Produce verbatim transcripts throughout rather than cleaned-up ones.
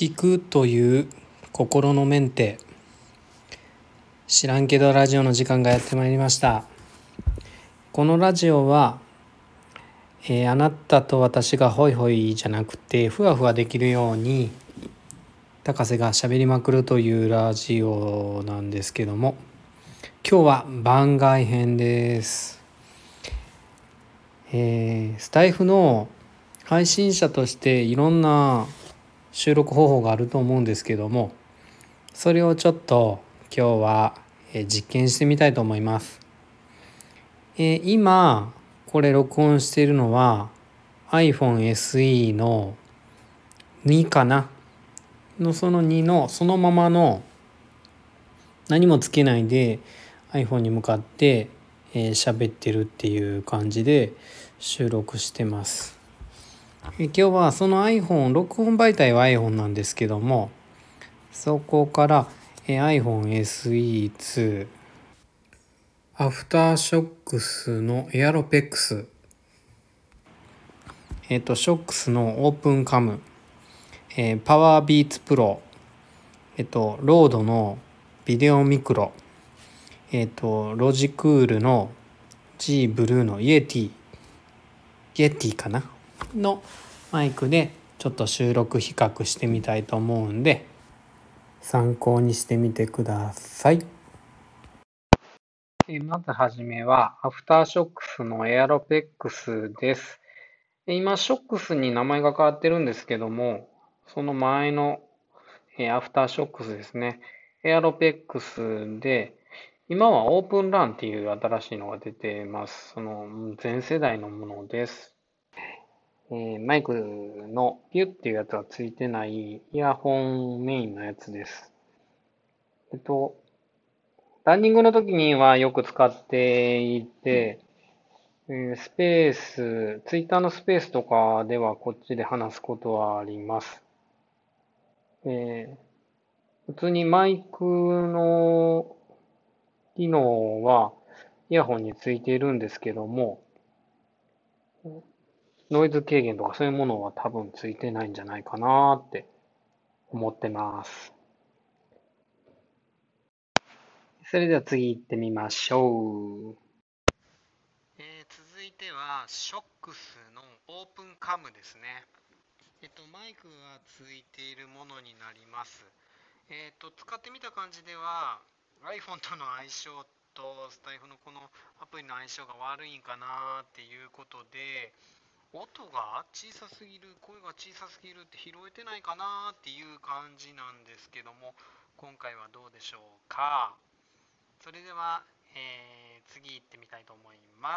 聞くという心のメンテ。知らんけどラジオの時間がやってまいりました。このラジオは、えー、あなたと私がホイホイじゃなくてふわふわできるように高瀬が喋りまくるというラジオなんですけども、今日は番外編です。えー、スタイフの配信者としていろんな収録方法があると思うんですけども、それをちょっと今日は実験してみたいと思います。えー、今これ録音しているのは iPhone エスイー のにかなのそのにのそのままの何もつけないで iPhone に向かってえー、喋ってるっていう感じで収録してます。えー、今日はその iPhone 録音媒体は iPhone なんですけども、そこからえー、iPhone エスイーツー アフターショックスのエアロペックス、えっ、ー、とショックスのオープンカム、えー、パワービーツプロ、えっ、ー、とロードのビデオミクロ、えっ、ー、とロジクールの G ブルーのイエティイエティかなのマイクでちょっと収録比較してみたいと思うんで参考にしてみてください。まずはじめはアフターショックスのエアロペックスです。今ショックスに名前が変わってるんですけども、その前のアフターショックスですね、エアロペックスで今はオープンランっていう新しいのが出てます。その全世代のものです。えー、マイクのピュッっていうやつはついてないイヤホンメインのやつです。えっとランニングの時にはよく使っていて、スペース、ツイッターのスペースとかではこっちで話すことはあります。えー、普通にマイクの機能はイヤホンについているんですけども、ノイズ軽減とかそういうものは多分ついてないんじゃないかなって思ってます。それでは次行ってみましょう。えー、続いてはショックスのオープンカムですね。えっとマイクがついているものになります。えっと使ってみた感じでは iPhone との相性とスタイフのこのアプリの相性が悪いんかなっていうことで、音が小さすぎる、声が小さすぎるって拾えてないかなっていう感じなんですけども、今回はどうでしょうか。それでは、えー、次行ってみたいと思います。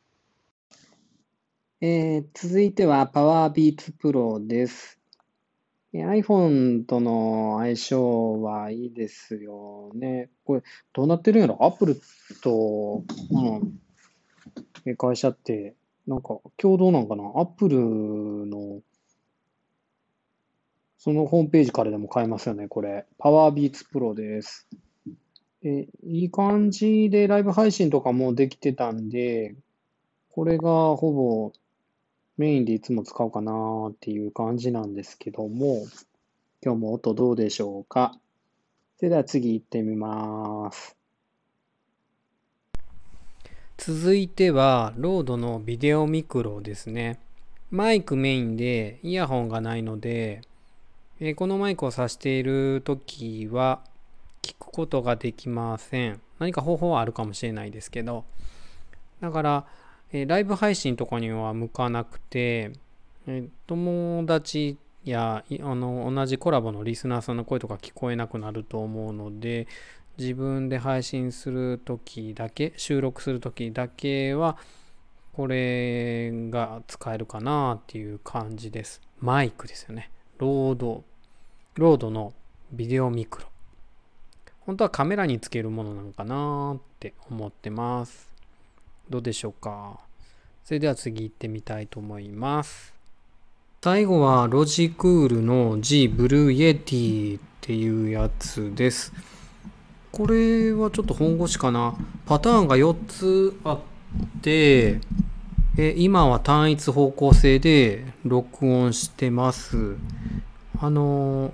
えー、続いてはパワービーツプロです。iPhone との相性はいいですよね。これどうなってるんやろ？ Apple と、うん、会社ってなんか共同なんかな？ Apple のそのホームページからでも買えますよね、これ。パワービーツプロです。え、いい感じでライブ配信とかもできてたんで、これがほぼメインでいつも使うかなっていう感じなんですけども、今日も音どうでしょうか。それでは次行ってみます。続いてはロードのビデオミクロですね。マイクメインでイヤホンがないので、えー、このマイクを挿しているときは聞くことができません。何か方法はあるかもしれないですけど、だから、えー、ライブ配信とかには向かなくて、えー、友達やあの同じコラボのリスナーさんの声とか聞こえなくなると思うので、自分で配信するときだけ、収録するときだけはこれが使えるかなっていう感じです。マイクですよね。ロードロードのビデオミクロ。本当はカメラにつけるものなのかなって思ってます。どうでしょうか。それでは次行ってみたいと思います。最後はロジクールの G ブルーイエティっていうやつです。これはちょっと本腰かな。パターンがよっつあって、え今は単一方向性で録音してます。 あの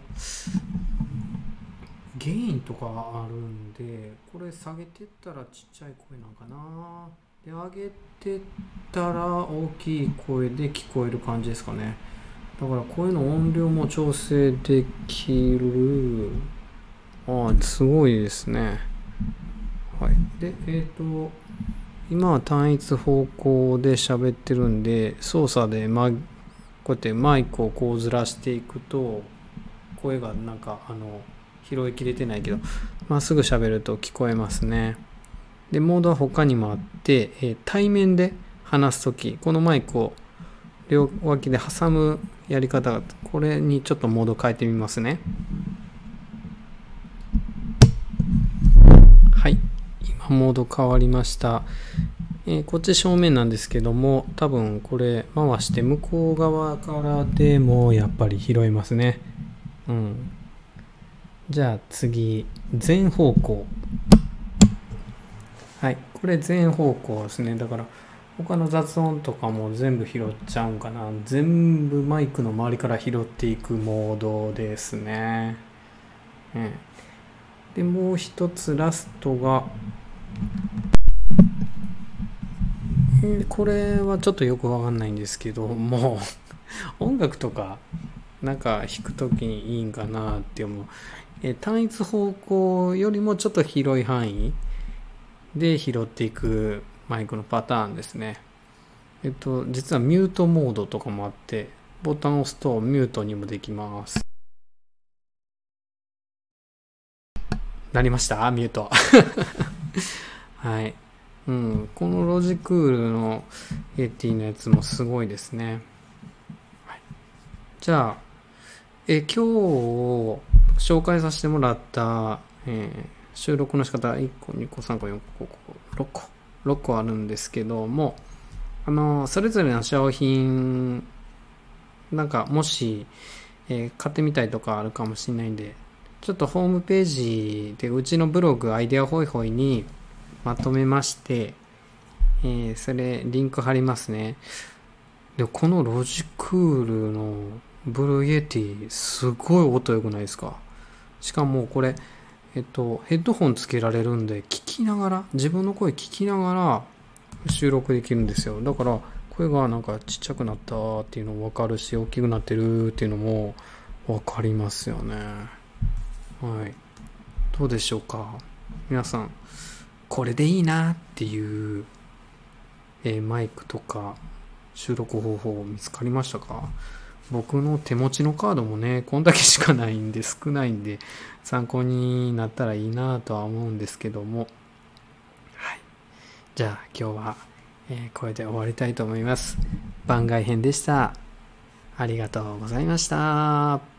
ゲインとかあるんで、これ下げてったらちっちゃい声なんかな。で、上げてったら大きい声で聞こえる感じですかね。だから声の音量も調整できる。ああ、すごいですね。はい。で、えっ、と、今は単一方向で喋ってるんで、操作で、ま、こうやってマイクをこうずらしていくと、声がなんか、あの、拾いきれてないけど、まっすぐ喋ると聞こえますね。で、モードは他にもあって、えー対面で話すとき、このマイクを両脇で挟むやり方が、これにちょっとモード変えてみますね。はい。今モード変わりました。えーこっち正面なんですけども、多分これ回して向こう側からでもやっぱり拾いますね。うん。じゃあ次、全方向。はい。これ全方向ですね。だから他の雑音とかも全部拾っちゃうんかな。全部マイクの周りから拾っていくモードですね。うん、で、もう一つラストが、これはちょっとよくわかんないんですけども、音楽とかなんか弾くときにいいんかなって思う。え単一方向よりもちょっと広い範囲で拾っていくマイクのパターンですね。えっと、実はミュートモードとかもあって、ボタンを押すとミュートにもできます。なりましたミュート。はい。うん。このロジクールの エーティー のやつもすごいですね。はい、じゃあ、え今日紹介させてもらった、えー収録の仕方いっこ、にこ、さんこ、よんこ、ごこ、ろっこ、ろっこあるんですけども、あの、それぞれの商品、なんかもし、えー買ってみたいとかあるかもしれないんで、ちょっとホームページでうちのブログアイデアホイホイにまとめまして、えーそれリンク貼りますね。で、このロジクールのブルーイエティすごい音良くないですか？しかもこれ、えっと、ヘッドホンつけられるんで、聞きながら、自分の声聞きながら収録できるんですよ。だから、声がなんかちっちゃくなったっていうのもわかるし、大きくなってるっていうのもわかりますよね。はい。どうでしょうか？皆さん、これでいいなっていう、えーマイクとか収録方法見つかりましたか？僕の手持ちのカードもね、こんだけしかないんで少ないんで参考になったらいいなとは思うんですけども。はい。じゃあ今日は、えーこれで終わりたいと思います。番外編でした。ありがとうございました。